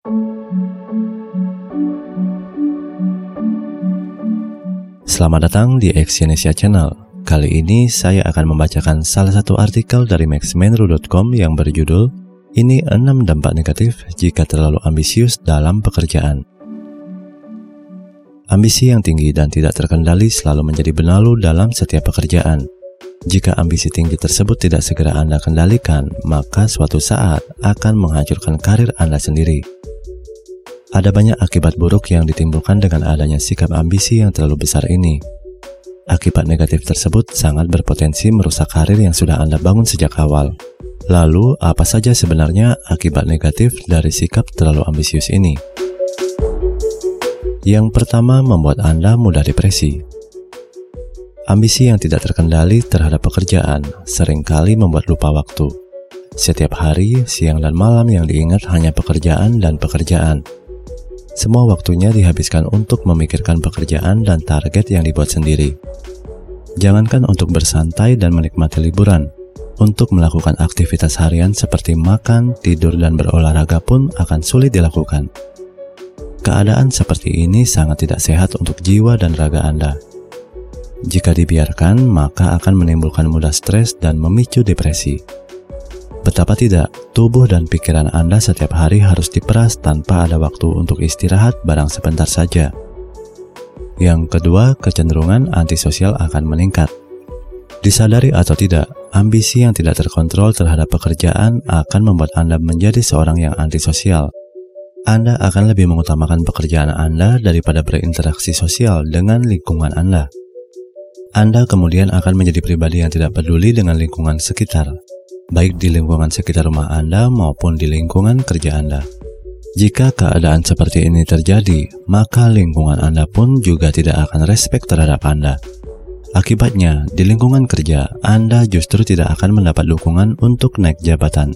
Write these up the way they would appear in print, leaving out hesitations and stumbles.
Selamat datang di Exyonesia Channel. Kali ini saya akan membacakan salah satu artikel dari maxmenru.com yang berjudul "Ini 6 dampak negatif jika terlalu ambisius dalam pekerjaan". Ambisi yang tinggi dan tidak terkendali selalu menjadi benalu dalam setiap pekerjaan. Jika ambisi tinggi tersebut tidak segera Anda kendalikan, maka suatu saat akan menghancurkan karir Anda sendiri. Ada banyak akibat buruk yang ditimbulkan dengan adanya sikap ambisi yang terlalu besar ini. Akibat negatif tersebut sangat berpotensi merusak karir yang sudah Anda bangun sejak awal. Lalu, apa saja sebenarnya akibat negatif dari sikap terlalu ambisius ini? Yang pertama, membuat Anda mudah depresi. Ambisi yang tidak terkendali terhadap pekerjaan seringkali membuat lupa waktu. Setiap hari, siang dan malam yang diingat hanya pekerjaan dan pekerjaan. Semua waktunya dihabiskan untuk memikirkan pekerjaan dan target yang dibuat sendiri. Jangankan untuk bersantai dan menikmati liburan, untuk melakukan aktivitas harian seperti makan, tidur, dan berolahraga pun akan sulit dilakukan. Keadaan seperti ini sangat tidak sehat untuk jiwa dan raga Anda. Jika dibiarkan, maka akan menimbulkan mudah stres dan memicu depresi. Betapa tidak, tubuh dan pikiran Anda setiap hari harus diperas tanpa ada waktu untuk istirahat barang sebentar saja. Yang kedua, kecenderungan antisosial akan meningkat. Disadari atau tidak, ambisi yang tidak terkontrol terhadap pekerjaan akan membuat Anda menjadi seorang yang antisosial. Anda akan lebih mengutamakan pekerjaan Anda daripada berinteraksi sosial dengan lingkungan Anda. Anda kemudian akan menjadi pribadi yang tidak peduli dengan lingkungan sekitar, baik di lingkungan sekitar rumah Anda maupun di lingkungan kerja Anda. Jika keadaan seperti ini terjadi, maka lingkungan Anda pun juga tidak akan respek terhadap Anda. Akibatnya, di lingkungan kerja, Anda justru tidak akan mendapat dukungan untuk naik jabatan.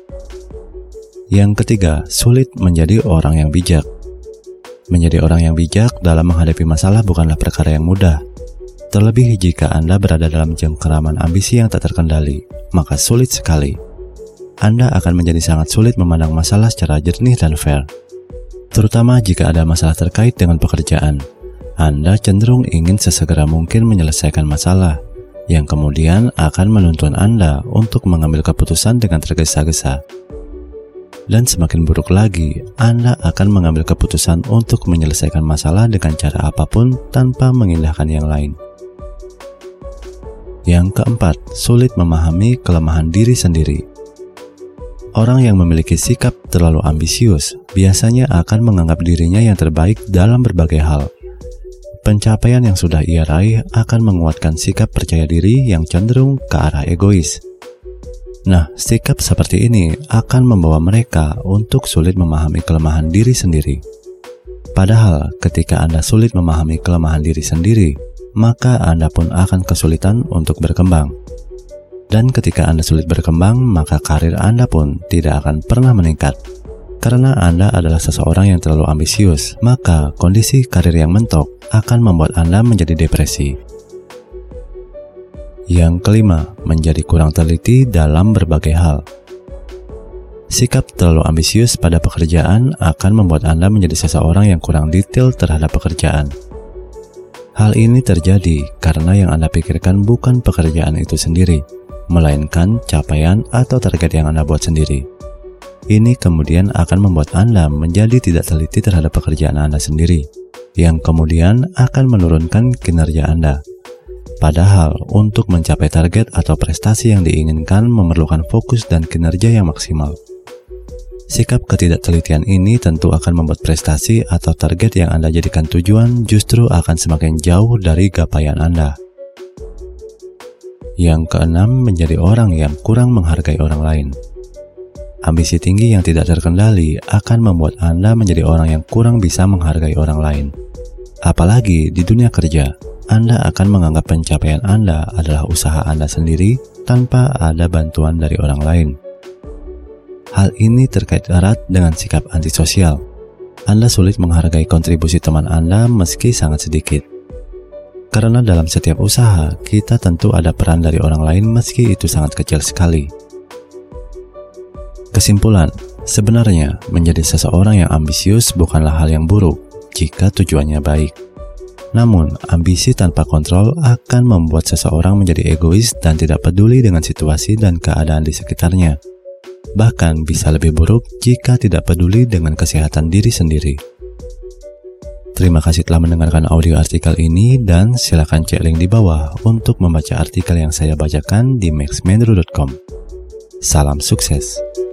Yang ketiga, sulit menjadi orang yang bijak. Menjadi orang yang bijak dalam menghadapi masalah bukanlah perkara yang mudah. Terlebih jika Anda berada dalam cengkeraman ambisi yang tak terkendali, maka sulit sekali. Anda akan menjadi sangat sulit memandang masalah secara jernih dan fair. Terutama jika ada masalah terkait dengan pekerjaan. Anda cenderung ingin sesegera mungkin menyelesaikan masalah, yang kemudian akan menuntun Anda untuk mengambil keputusan dengan tergesa-gesa. Dan semakin buruk lagi, Anda akan mengambil keputusan untuk menyelesaikan masalah dengan cara apapun tanpa mengindahkan yang lain. Yang keempat, sulit memahami kelemahan diri sendiri. Orang yang memiliki sikap terlalu ambisius biasanya akan menganggap dirinya yang terbaik dalam berbagai hal. Pencapaian yang sudah ia raih akan menguatkan sikap percaya diri yang cenderung ke arah egois. Nah, sikap seperti ini akan membawa mereka untuk sulit memahami kelemahan diri sendiri. Padahal, ketika Anda sulit memahami kelemahan diri sendiri, maka Anda pun akan kesulitan untuk berkembang. Dan ketika Anda sulit berkembang, maka karir Anda pun tidak akan pernah meningkat. Karena Anda adalah seseorang yang terlalu ambisius, maka kondisi karir yang mentok akan membuat Anda menjadi depresi. Yang kelima, menjadi kurang teliti dalam berbagai hal. Sikap terlalu ambisius pada pekerjaan akan membuat Anda menjadi seseorang yang kurang detail terhadap pekerjaan. Hal ini terjadi karena yang Anda pikirkan bukan pekerjaan itu sendiri, melainkan capaian atau target yang Anda buat sendiri. Ini kemudian akan membuat Anda menjadi tidak teliti terhadap pekerjaan Anda sendiri, yang kemudian akan menurunkan kinerja Anda. Padahal, untuk mencapai target atau prestasi yang diinginkan memerlukan fokus dan kinerja yang maksimal. Sikap ketidaktelitian ini tentu akan membuat prestasi atau target yang Anda jadikan tujuan justru akan semakin jauh dari gapaian Anda. Yang keenam, menjadi orang yang kurang menghargai orang lain. Ambisi tinggi yang tidak terkendali akan membuat Anda menjadi orang yang kurang bisa menghargai orang lain. Apalagi di dunia kerja, Anda akan menganggap pencapaian Anda adalah usaha Anda sendiri tanpa ada bantuan dari orang lain. Hal ini terkait erat dengan sikap antisosial. Anda sulit menghargai kontribusi teman Anda meski sangat sedikit. Karena dalam setiap usaha, kita tentu ada peran dari orang lain meski itu sangat kecil sekali. Kesimpulan, Sebenarnya, menjadi seseorang yang ambisius bukanlah hal yang buruk jika tujuannya baik. Namun, ambisi tanpa kontrol akan membuat seseorang menjadi egois dan tidak peduli dengan situasi dan keadaan di sekitarnya. Bahkan bisa lebih buruk jika tidak peduli dengan kesehatan diri sendiri. Terima kasih telah mendengarkan audio artikel ini dan silakan cek link di bawah untuk membaca artikel yang saya bacakan di maxmendro.com. Salam sukses.